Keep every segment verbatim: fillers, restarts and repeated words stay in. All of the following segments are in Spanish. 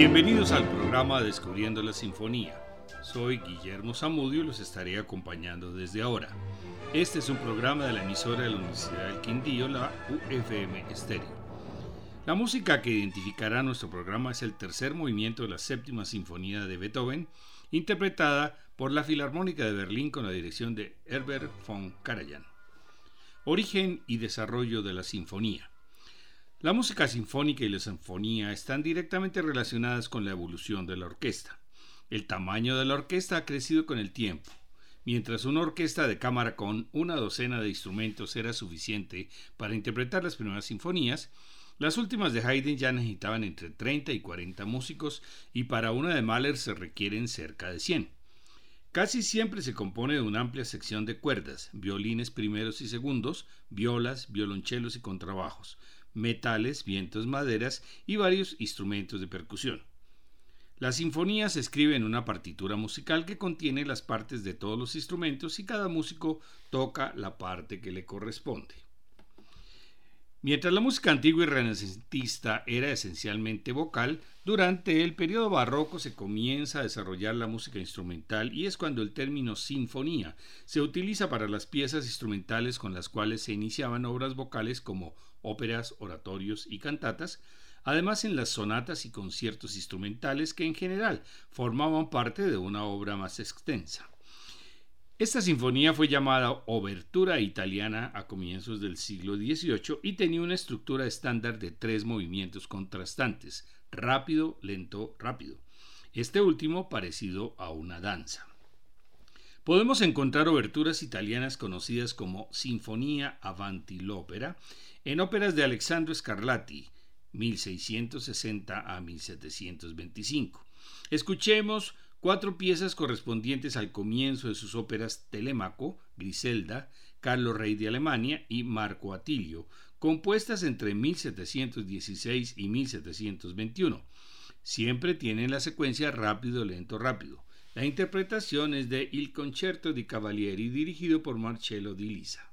Bienvenidos al programa Descubriendo la Sinfonía. Soy Guillermo Zamudio y los estaré acompañando desde ahora. Este es un programa de la emisora de la Universidad del Quindío, la U F M Estéreo. La música que identificará nuestro programa es el tercer movimiento de la séptima sinfonía de Beethoven, interpretada por la Filarmónica de Berlín con la dirección de Herbert von Karajan. Origen y desarrollo de la sinfonía. La música sinfónica y la sinfonía están directamente relacionadas con la evolución de la orquesta. El tamaño de la orquesta ha crecido con el tiempo. Mientras una orquesta de cámara con una docena de instrumentos era suficiente para interpretar las primeras sinfonías, las últimas de Haydn ya necesitaban entre treinta y cuarenta músicos y para una de Mahler se requieren cerca de cien. Casi siempre se compone de una amplia sección de cuerdas, violines primeros y segundos, violas, violonchelos y contrabajos, metales, vientos, maderas y varios instrumentos de percusión. La sinfonía se escribe en una partitura musical que contiene las partes de todos los instrumentos y cada músico toca la parte que le corresponde. Mientras la música antigua y renacentista era esencialmente vocal, durante el periodo barroco se comienza a desarrollar la música instrumental y es cuando el término sinfonía se utiliza para las piezas instrumentales con las cuales se iniciaban obras vocales como óperas, oratorios y cantatas, además en las sonatas y conciertos instrumentales que en general formaban parte de una obra más extensa. Esta sinfonía fue llamada Obertura Italiana a comienzos del siglo dieciocho y tenía una estructura estándar de tres movimientos contrastantes, rápido, lento, rápido. Este último parecido a una danza. Podemos encontrar oberturas italianas conocidas como Sinfonía Avanti l'Opera en óperas de Alessandro Scarlatti, mil seiscientos sesenta a mil setecientos veinticinco. Escuchemos cuatro piezas correspondientes al comienzo de sus óperas Telémaco, Griselda, Carlos Rey de Alemania y Marco Atilio, compuestas entre mil setecientos dieciséis y mil setecientos veintiuno. Siempre tienen la secuencia rápido, lento, rápido. La interpretación es de Il Concerto di Cavalieri, dirigido por Marcello Di Lisa.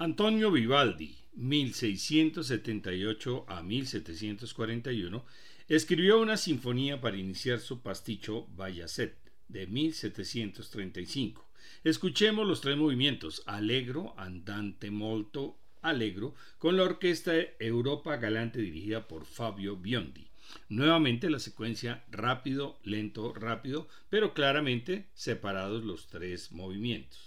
Antonio Vivaldi, mil seiscientos setenta y ocho a mil setecientos cuarenta y uno, escribió una sinfonía para iniciar su pasticho Bajazet de mil setecientos treinta y cinco. Escuchemos los tres movimientos, Allegro, Andante molto allegro, con la orquesta Europa Galante dirigida por Fabio Biondi. Nuevamente la secuencia rápido, lento, rápido, pero claramente separados los tres movimientos.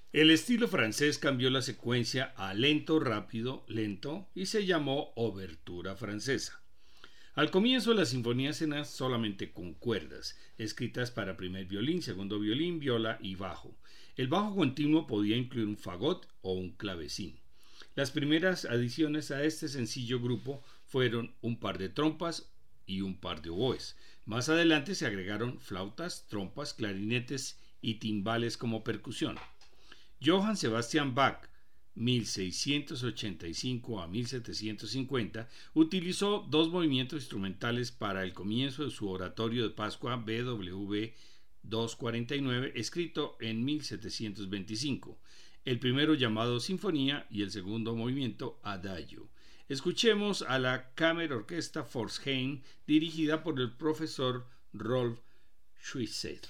El estilo francés cambió la secuencia a lento, rápido, lento y se llamó obertura francesa. Al comienzo las sinfonías eran solamente con cuerdas, escritas para primer violín, segundo violín, viola y bajo. El bajo continuo podía incluir un fagot o un clavecín. Las primeras adiciones a este sencillo grupo fueron un par de trompas y un par de oboes. Más adelante se agregaron flautas, trompas, clarinetes y timbales como percusión. Johann Sebastian Bach, mil seiscientos ochenta y cinco a mil setecientos cincuenta, utilizó dos movimientos instrumentales para el comienzo de su oratorio de Pascua B W doscientos cuarenta y nueve, escrito en mil setecientos veinticinco, el primero llamado Sinfonía y el segundo movimiento Adagio. Escuchemos a la Kammerorchester Pforzheim, dirigida por el profesor Rolf Schweitzer.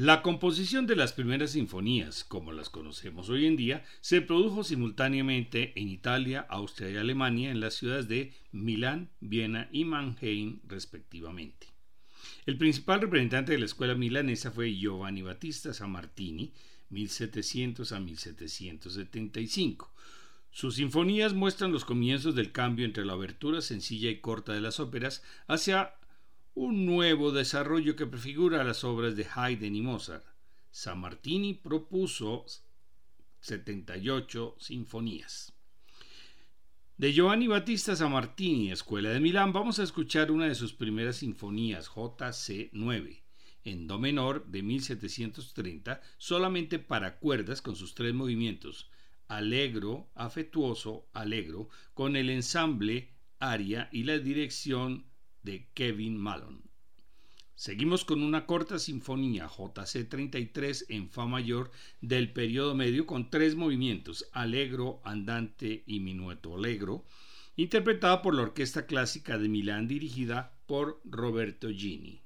La composición de las primeras sinfonías, como las conocemos hoy en día, se produjo simultáneamente en Italia, Austria y Alemania en las ciudades de Milán, Viena y Mannheim, respectivamente. El principal representante de la escuela milanesa fue Giovanni Battista Sammartini, mil setecientos a mil setecientos setenta y cinco. Sus sinfonías muestran los comienzos del cambio entre la abertura sencilla y corta de las óperas hacia un nuevo desarrollo que prefigura las obras de Haydn y Mozart. Sammartini propuso setenta y ocho sinfonías. De Giovanni Battista Sammartini, Escuela de Milán, vamos a escuchar una de sus primeras sinfonías, J C nueve, en do menor de mil setecientos treinta, solamente para cuerdas con sus tres movimientos, allegro, afectuoso, allegro, con el ensamble, aria y la dirección de Kevin Malone. Seguimos con una corta sinfonía J C treinta y tres en fa mayor del periodo medio con tres movimientos, allegro, andante y minueto allegro, interpretada por la Orquesta Clásica de Milán dirigida por Roberto Gini.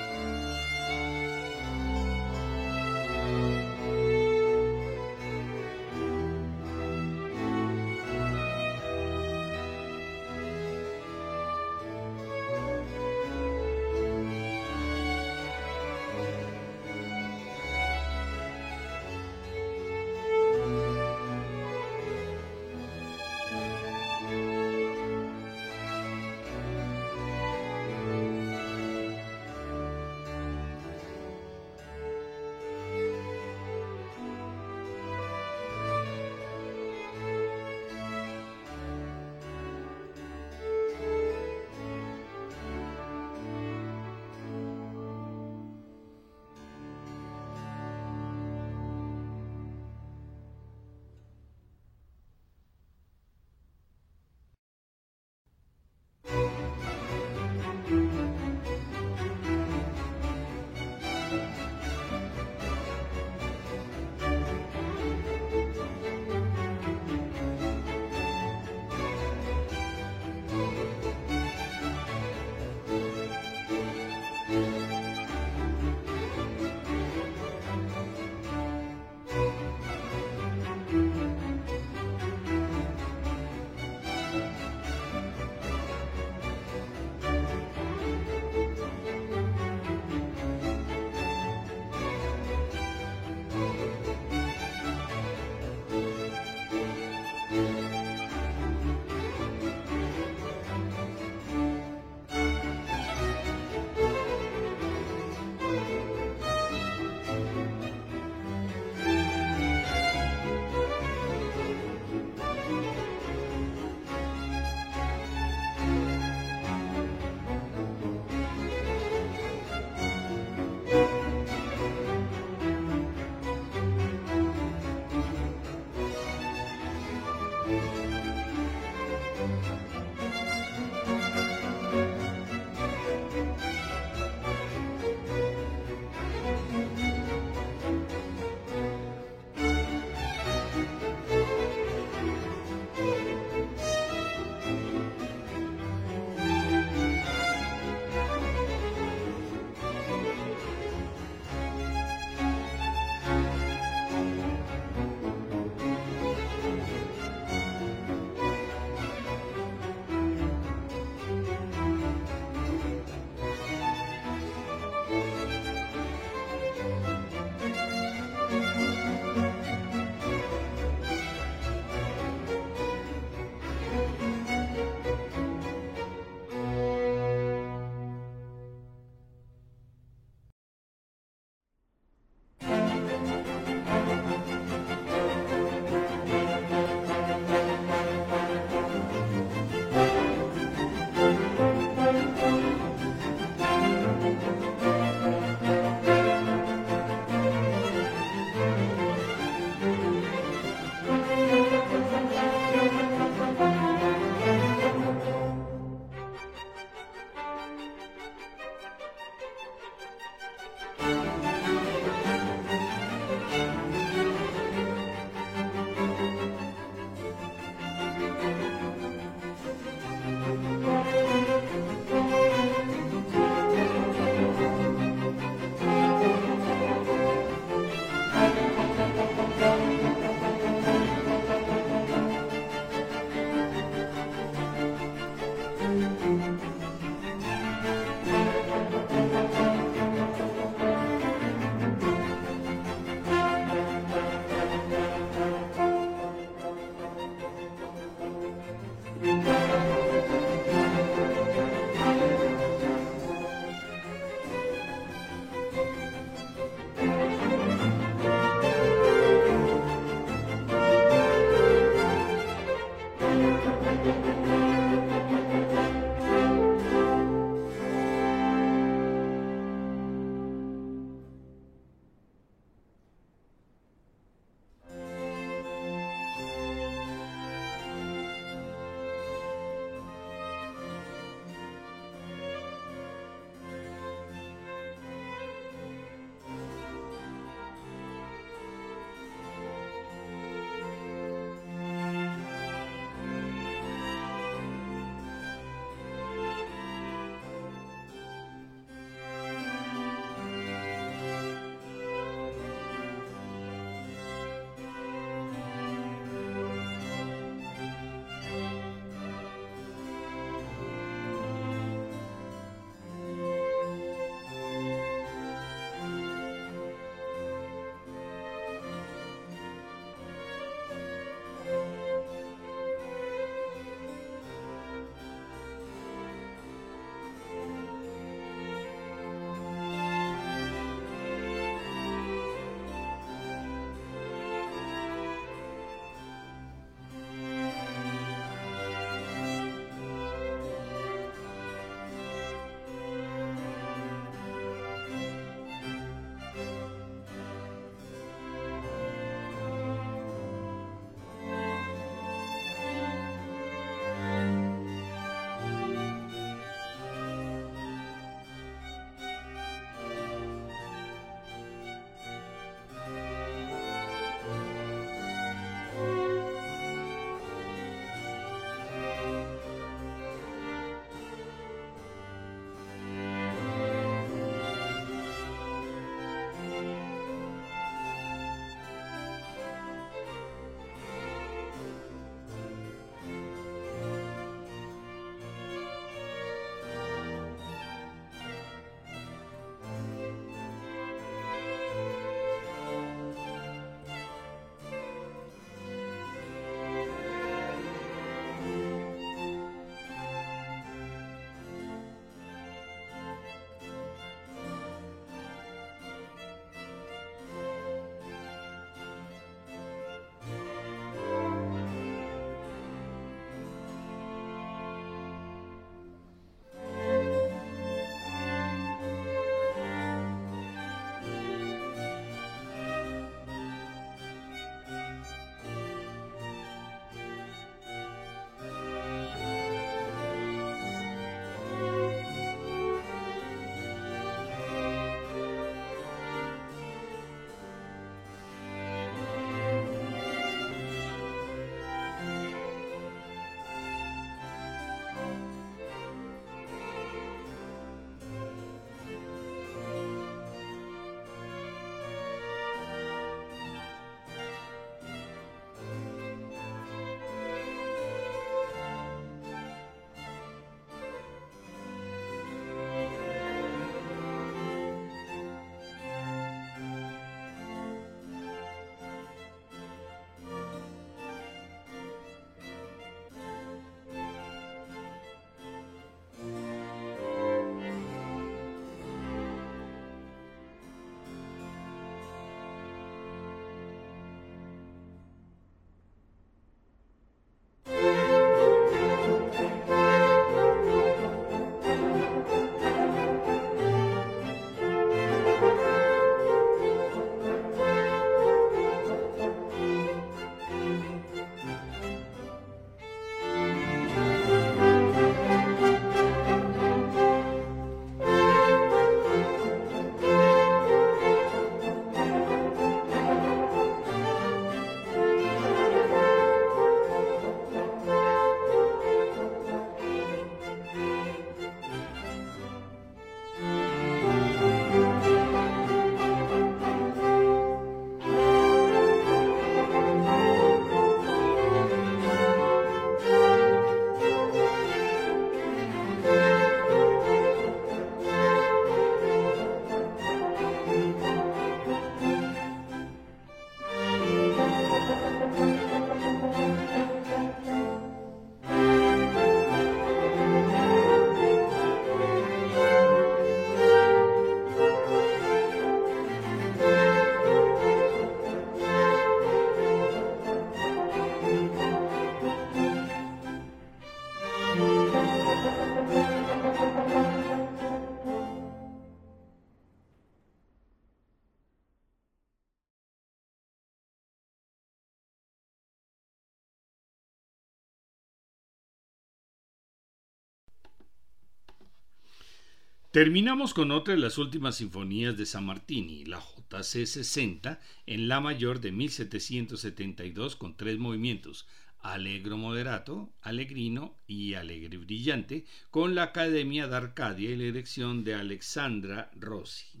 Terminamos con otra de las últimas sinfonías de Sammartini, la J C sesenta en La mayor de mil setecientos setenta y dos, con tres movimientos: Allegro moderato, Allegrino y Allegro brillante, con la Academia d'Arcadia y la dirección de Alexandra Rossi.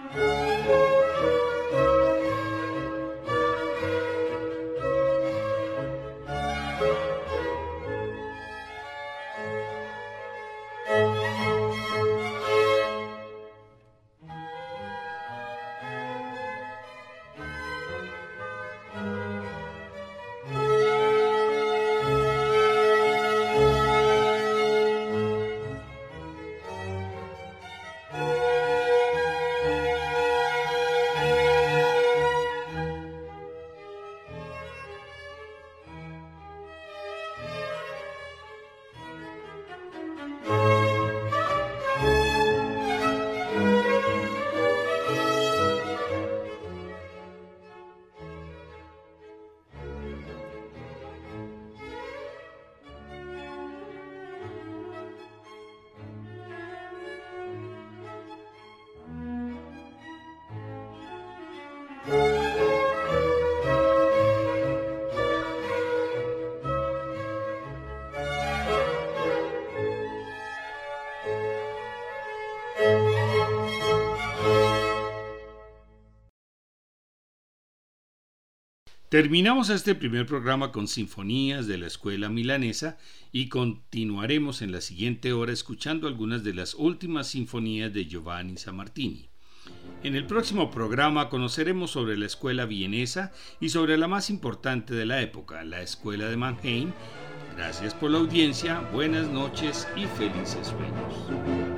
Terminamos este primer programa con sinfonías de la escuela milanesa y continuaremos en la siguiente hora escuchando algunas de las últimas sinfonías de Giovanni Sammartini. En el próximo programa conoceremos sobre la escuela vienesa y sobre la más importante de la época, la escuela de Mannheim. Gracias por la audiencia, buenas noches y felices sueños.